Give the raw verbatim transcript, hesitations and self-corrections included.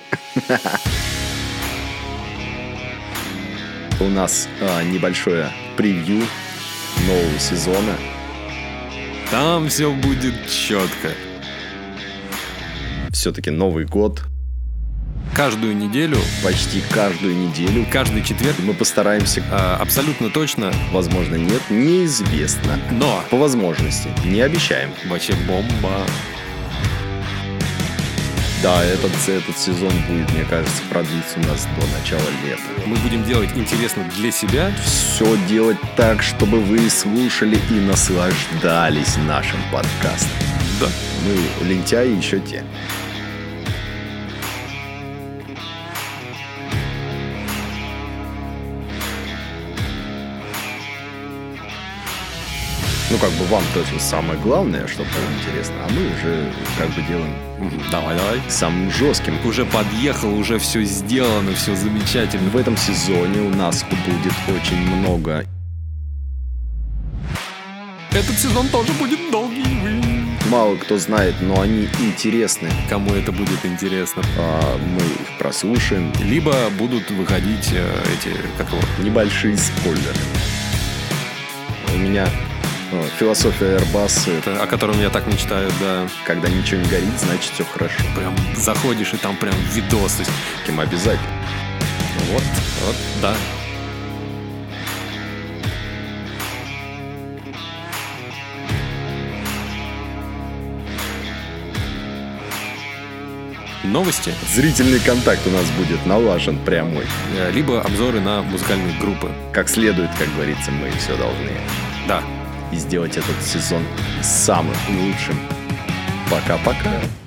У нас а, небольшое превью нового сезона. Там все будет четко. Все-таки Новый год. Каждую неделю, Почти каждую неделю каждый четверг, мы постараемся, а, абсолютно точно, возможно, нет, неизвестно. но По возможности, не обещаем. вообще бомба. Да, этот, этот сезон будет, мне кажется, продлиться у нас до начала лета. Мы будем делать интересно для себя. Все делать так, чтобы вы слушали и наслаждались нашим подкастом. Да. Мы лентяи еще те. Ну, как бы вам-то самое главное, чтобы было интересно, а мы уже как бы делаем Давай, давай. самым жестким. Уже подъехал, уже все сделано, все замечательно. В этом сезоне у нас будет очень много. Этот сезон тоже будет долгий. Мало кто знает, но они интересны. Кому это будет интересно. А, мы их прослушаем. Либо будут выходить э, эти, как его, Небольшие спойлеры. У меня о, философия Airbus. о котором я так мечтаю, да. Когда ничего не горит, значит все хорошо. Прям заходишь, и там прям видос. То есть, Кем обязательно. вот, вот, да. Новости, Зрительный контакт у нас будет налажен прямой. э, либо обзоры на музыкальные группы. Как следует, как говорится, мы все должны. Да. И сделать этот сезон самым лучшим. Пока-пока.